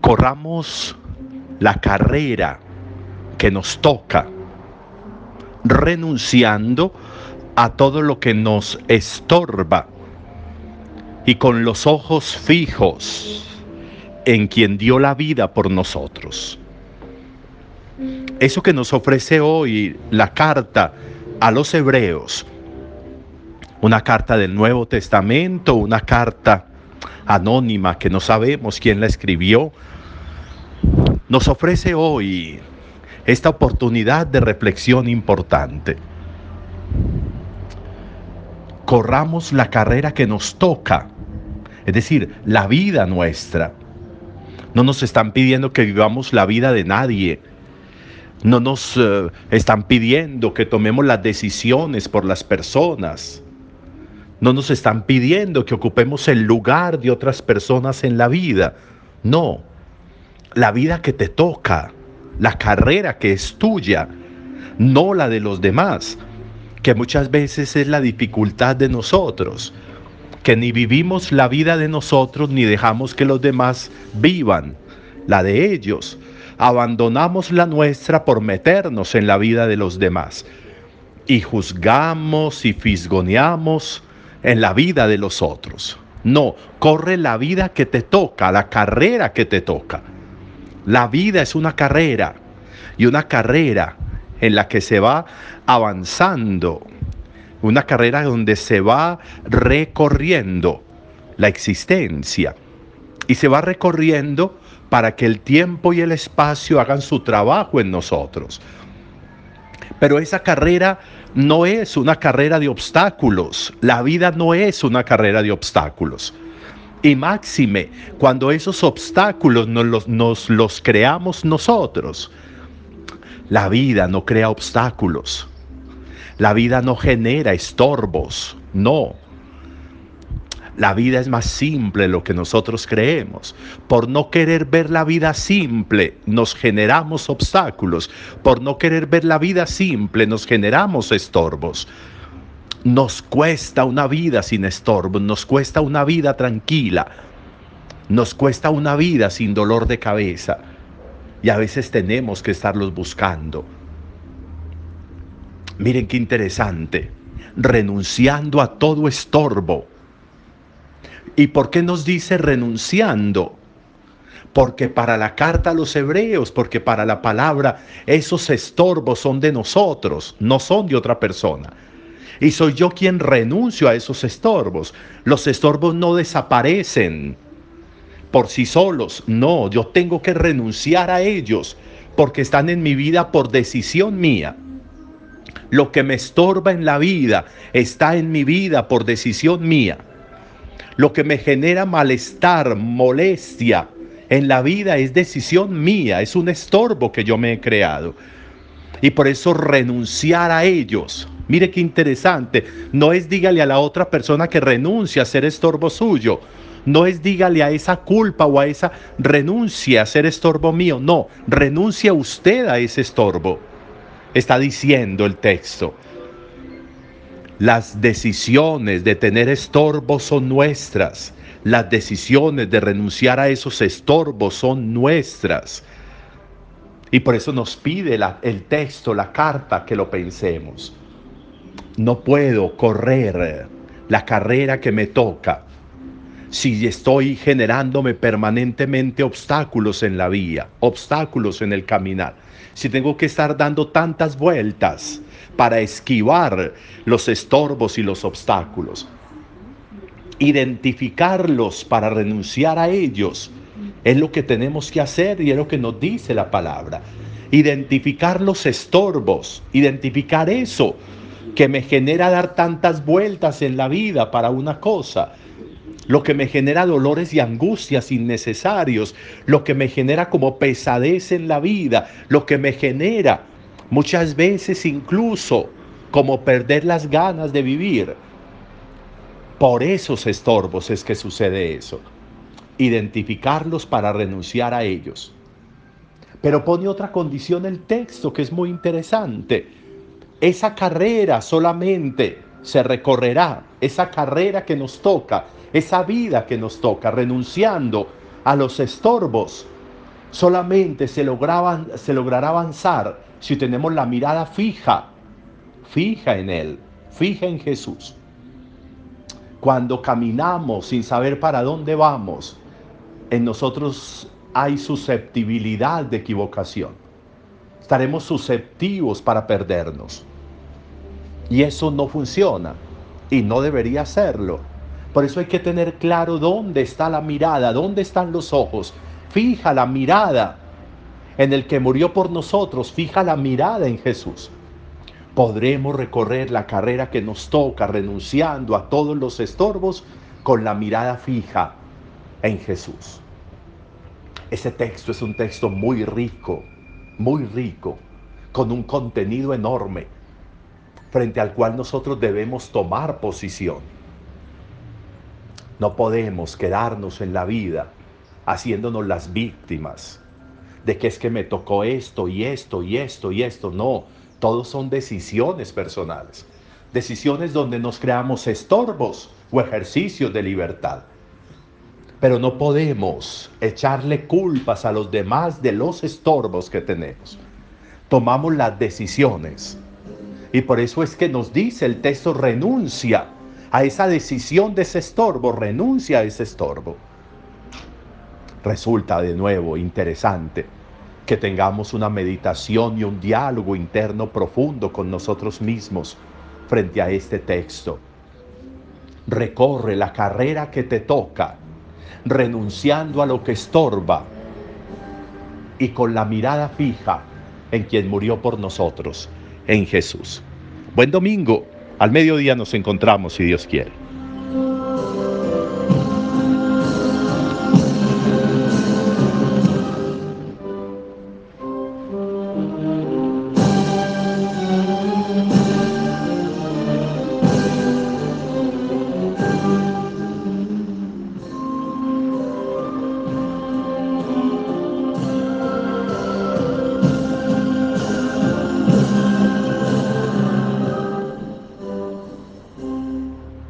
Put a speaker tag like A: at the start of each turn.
A: Corramos la carrera que nos toca, renunciando a todo lo que nos estorba y con los ojos fijos en quien dio la vida por nosotros. Eso que nos ofrece hoy la carta a los Hebreos, una carta del Nuevo Testamento, una carta anónima que no sabemos quién la escribió, nos ofrece hoy esta oportunidad de reflexión importante. Corramos la carrera que nos toca, es decir, la vida nuestra. No nos están pidiendo que vivamos la vida de nadie. No nos están pidiendo que tomemos las decisiones por las personas. No nos están pidiendo que ocupemos el lugar de otras personas en la vida. No, la vida que te toca, la carrera que es tuya, no la de los demás, que muchas veces es la dificultad de nosotros, que ni vivimos la vida de nosotros ni dejamos que los demás vivan la de ellos. Abandonamos la nuestra por meternos en la vida de los demás y juzgamos y fisgoneamos en la vida de los otros. No, corre la vida que te toca, la carrera que te toca. La vida es una carrera, y una carrera en la que se va avanzando, una carrera donde se va recorriendo la existencia, y se va recorriendo para que el tiempo y el espacio hagan su trabajo en nosotros. Pero esa carrera no es una carrera de obstáculos. La vida no es una carrera de obstáculos. Y máxime, cuando esos obstáculos nos los creamos nosotros. La vida no crea obstáculos. La vida no genera estorbos. No. La vida es más simple de lo que nosotros creemos. Por no querer ver la vida simple, nos generamos obstáculos. Por no querer ver la vida simple, nos generamos estorbos. Nos cuesta una vida sin estorbos, nos cuesta una vida tranquila, nos cuesta una vida sin dolor de cabeza. Y a veces tenemos que estarlos buscando. Miren qué interesante, renunciando a todo estorbo. ¿Y por qué nos dice renunciando? Porque para la carta a los Hebreos, porque para la palabra, esos estorbos son de nosotros, no son de otra persona. Y soy yo quien renuncio a esos estorbos. Los estorbos no desaparecen por sí solos. No, yo tengo que renunciar a ellos porque están en mi vida por decisión mía. Lo que me estorba en la vida está en mi vida por decisión mía. Lo que me genera malestar, molestia en la vida es decisión mía, es un estorbo que yo me he creado. Y por eso renunciar a ellos. Mire qué interesante, no es dígale a la otra persona que renuncie a ser estorbo suyo. No es dígale a esa culpa o a esa renuncia a ser estorbo mío. No, renuncia usted a ese estorbo. Está diciendo el texto. Las decisiones de tener estorbos son nuestras. Las decisiones de renunciar a esos estorbos son nuestras. Y por eso nos pide el texto, la carta, que lo pensemos. No puedo correr la carrera que me toca si estoy generándome permanentemente obstáculos en la vía, obstáculos en el caminar. Si tengo que estar dando tantas vueltas para esquivar los estorbos y los obstáculos. Identificarlos para renunciar a ellos es lo que tenemos que hacer y es lo que nos dice la palabra. Identificar los estorbos, identificar eso que me genera dar tantas vueltas en la vida para una cosa, lo que me genera dolores y angustias innecesarios, lo que me genera como pesadez en la vida, lo que me genera muchas veces incluso como perder las ganas de vivir. Por esos estorbos es que sucede eso. Identificarlos para renunciar a ellos. Pero pone otra condición el texto que es muy interesante. Esa carrera solamente se recorrerá, esa carrera que nos toca, esa vida que nos toca, renunciando a los estorbos, Solamente se logrará avanzar si tenemos la mirada fija en Él, fija en Jesús. Cuando caminamos sin saber para dónde vamos, en nosotros hay susceptibilidad de equivocación. Estaremos susceptivos para perdernos. Y eso no funciona y no debería hacerlo. Por eso hay que tener claro dónde está la mirada, dónde están los ojos. Fija la mirada en el que murió por nosotros, fija la mirada en Jesús. Podremos recorrer la carrera que nos toca renunciando a todos los estorbos con la mirada fija en Jesús. Ese texto es un texto muy rico, con un contenido enorme, frente al cual nosotros debemos tomar posición. No podemos quedarnos en la vida haciéndonos las víctimas de que es que me tocó esto y esto y esto y esto. No, todos son decisiones personales. Decisiones donde nos creamos estorbos o ejercicios de libertad. Pero no podemos echarle culpas a los demás de los estorbos que tenemos. Tomamos las decisiones. Y por eso es que nos dice el texto, renuncia a esa decisión de ese estorbo, renuncia a ese estorbo. Resulta de nuevo interesante que tengamos una meditación y un diálogo interno profundo con nosotros mismos frente a este texto. Recorre la carrera que te toca, renunciando a lo que estorba y con la mirada fija en quien murió por nosotros, en Jesús. Buen domingo, al mediodía nos encontramos si Dios quiere.